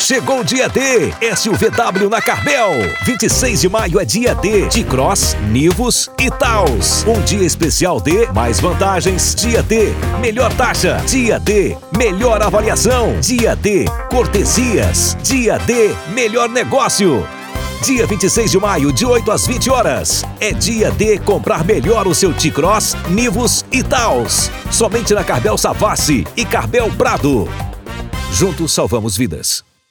Chegou o dia D, SUVW na Carmel. 26 de maio é dia D, T-Cross, Nivus e Taos. Um dia especial D, mais vantagens. Dia D, melhor taxa. Dia D, melhor avaliação. Dia D, cortesias. Dia D, melhor negócio. Dia 26 de maio, de 8 às 20 horas. É dia de comprar melhor o seu T-Cross, Nivus e Taos. Somente na Carmel Savassi e Carmel Prado. Juntos salvamos vidas.